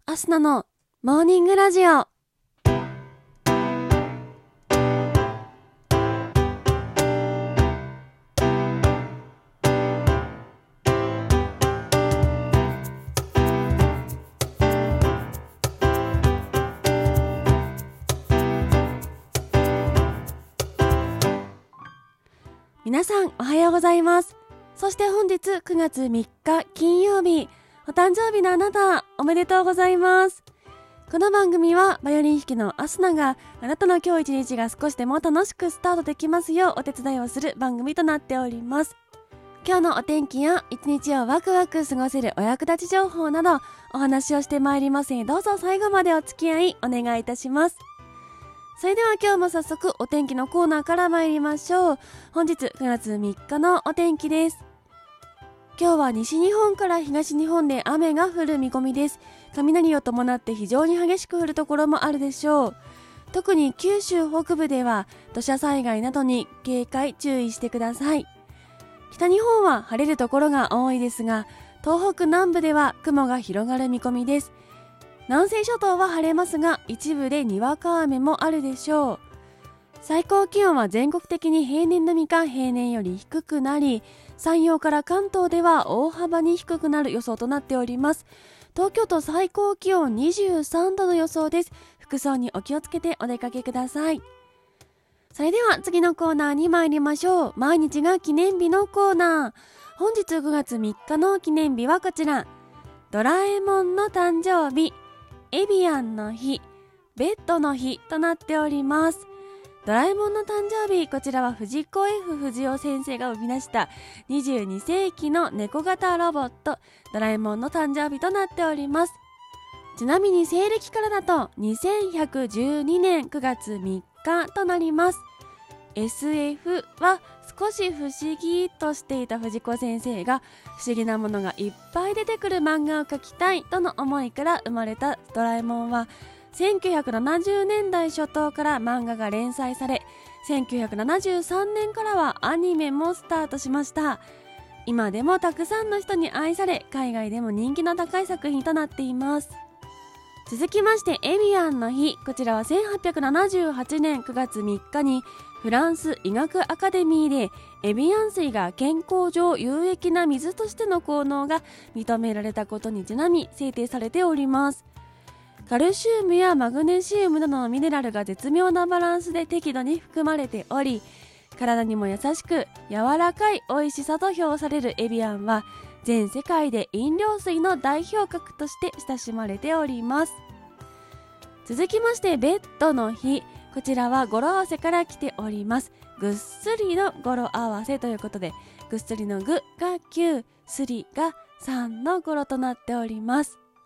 アスナのモーニングラジオ。皆さんおはようございます。そして本日9月3日金曜日、お誕生日のあなたおめでとうございます。この番組はバイオリン弾きのアスナがあなたの今日一日が少しでも楽しくスタートできますようお手伝いをする番組となっております。今日のお天気や一日をワクワク過ごせるお役立ち情報などお話をしてまいりますので、どうぞ最後までお付き合いお願いいたします。それでは今日も早速お天気のコーナーから参りましょう。本日9月3日のお天気です。今日は西日本から東日本で雨が降る見込みです。雷を伴って非常に激しく降るところもあるでしょう。特に九州北部では土砂災害などに警戒注意してください。北日本は晴れるところが多いですが、東北南部では雲が広がる見込みです。南西諸島は晴れますが、一部でにわか雨もあるでしょう。最高気温は全国的に平年並みか平年より低くなり、山陽から関東では大幅に低くなる予想となっております。東京都最高気温23度の予想です。服装にお気をつけてお出かけください。それでは次のコーナーに参りましょう。毎日が記念日のコーナー。本日9月3日の記念日はこちら。ドラえもんの誕生日、エビアンの日、ベッドの日となっております。ドラえもんの誕生日、こちらは藤子 F 不二雄先生が生み出した22世紀の猫型ロボットドラえもんの誕生日となっております。ちなみに西暦からだと2112年9月3日となります。 SF は少し不思議としていた藤子先生が不思議なものがいっぱい出てくる漫画を描きたいとの思いから生まれたドラえもんは1970年代初頭から漫画が連載され、1973年からはアニメもスタートしました。今でもたくさんの人に愛され、海外でも人気の高い作品となっています。続きましてエビアンの日、こちらは1878年9月3日にフランス医学アカデミーでエビアン水が健康上有益な水としての効能が認められたことにちなみ制定されております。カルシウムやマグネシウムなどのミネラルが絶妙なバランスで適度に含まれており、体にも優しく柔らかい美味しさと評されるエビアンは全世界で飲料水の代表格として親しまれております。続きましてベッドの日、こちらは語呂合わせから来ております。ぐっすりの語呂合わせということで、ぐっすりのぐが9、すりが3の語呂となっております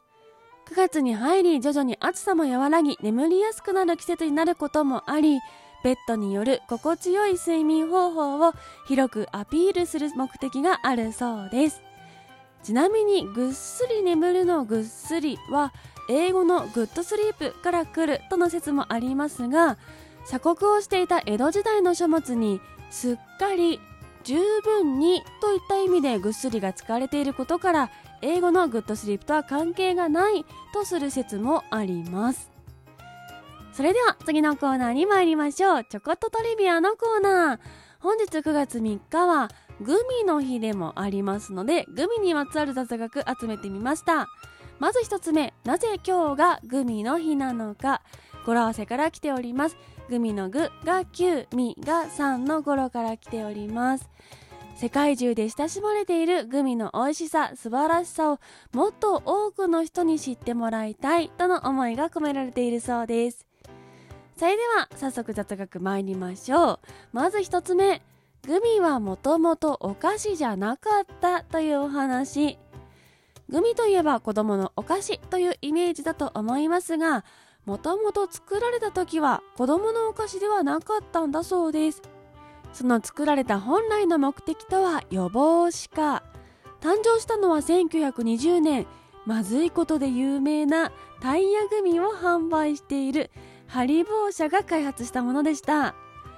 。9月に入り徐々に暑さも和らぎ眠りやすくなる季節になることもあり、ベッドによる心地よい睡眠方法を広くアピールする目的があるそうです。ちなみにぐっすり眠るのぐっすりは英語のグッドスリープから来るとの説もありますが、鎖国をしていた江戸時代の書物にすっかり十分にといった意味でぐっすりが使われていることから、英語のグッドスリープとは関係がないとする説もあります。それでは次のコーナーに参りましょう。ちょこっとトリビアのコーナー。本日9月3日はグミの日でもありますので、グミにまつわる雑学集めてみました。まず一つ目、なぜ今日がグミの日なのか。語呂合わせから来ております。グミのグが9、ミが3の語呂から来ております。世界中で親しまれているグミの美味しさ、素晴らしさをもっと多くの人に知ってもらいたいとの思いが込められているそうです。それでは早速雑学参りましょう。まず一つ目、グミはもともとお菓子じゃなかったというお話。グミといえば子供のお菓子というイメージだと思いますが、もともと作られた時は子供のお菓子ではなかったんだそうです。その作られた本来の目的とは予防歯科。誕生したのは1920年、まずいことで有名なタイヤグミを販売しているハリボー社が開発したものでした。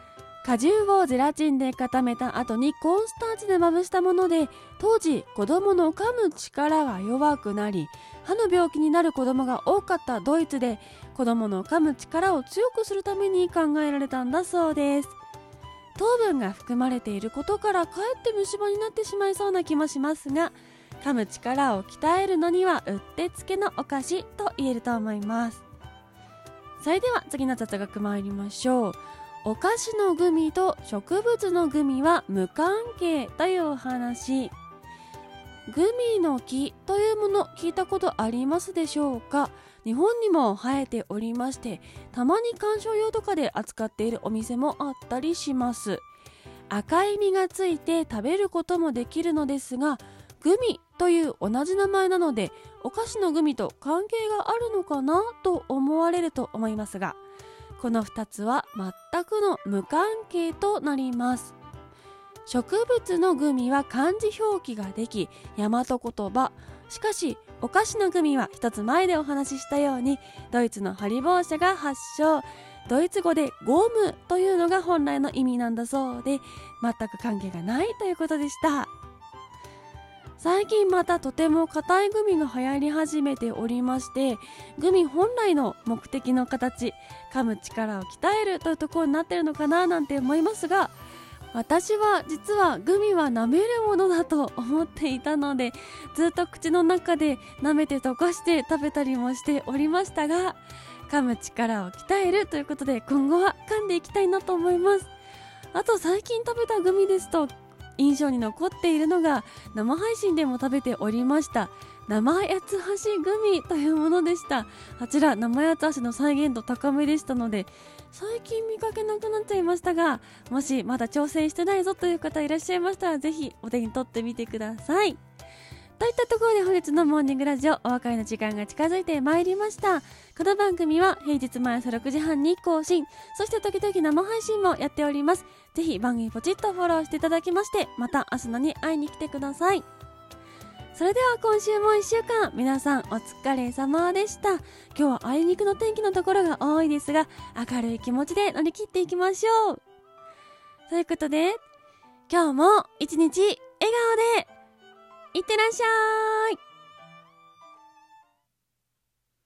果汁をゼラチンで固めた後にコーンスターチでまぶしたもので、当時子供の噛む力が弱くなり歯の病気になる子供が多かったドイツで、子供の噛む力を強くするために考えられたんだそうです。糖分が含まれていることからかえって虫歯になってしまいそうな気もしますが、噛む力を鍛えるのにはうってつけのお菓子と言えると思います。それでは次の雑学参りましょう。お菓子のグミと植物のグミは無関係というお話。グミの木というもの聞いたことありますでしょうか。日本にも生えておりまして、たまに観賞用とかで扱っているお店もあったりします。赤い実がついて食べることもできるのですが、グミという同じ名前なのでお菓子のグミと関係があるのかなと思われると思いますが、この2つは全くの無関係となります。植物のグミは漢字表記ができ大和言葉、しかしお菓子のグミは一つ前でお話ししたようにドイツのハリボー社が発祥、ドイツ語でゴムというのが本来の意味なんだそうで、全く関係がないということでした。最近またとても硬いグミが流行り始めておりまして、グミ本来の目的の形、噛む力を鍛えるというところになっているのかななんて思いますが、私は実はグミは舐めるものだと思っていたので、ずっと口の中で舐めて溶かして食べたりもしておりましたが、噛む力を鍛えるということで今後は噛んでいきたいなと思います。あと最近食べたグミですと印象に残っているのが、生配信でも食べておりました生八つ橋グミというものでした。あちら生八つ橋の再現度高めでしたので、最近見かけなくなっちゃいましたが、もしまだ挑戦してないぞという方いらっしゃいましたら、ぜひお手に取ってみてください。といったところで本日のモーニングラジオ、お別れの時間が近づいてまいりました。この番組は平日毎朝6時半に更新、そして時々生配信もやっております。ぜひ番組ポチッとフォローしていただきまして、また明日のに会いに来てください。それでは今週も1週間皆さんお疲れ様でした。今日はあいにくの天気のところが多いですが、明るい気持ちで乗り切っていきましょう。ということで今日も一日笑顔でいってらっしゃい。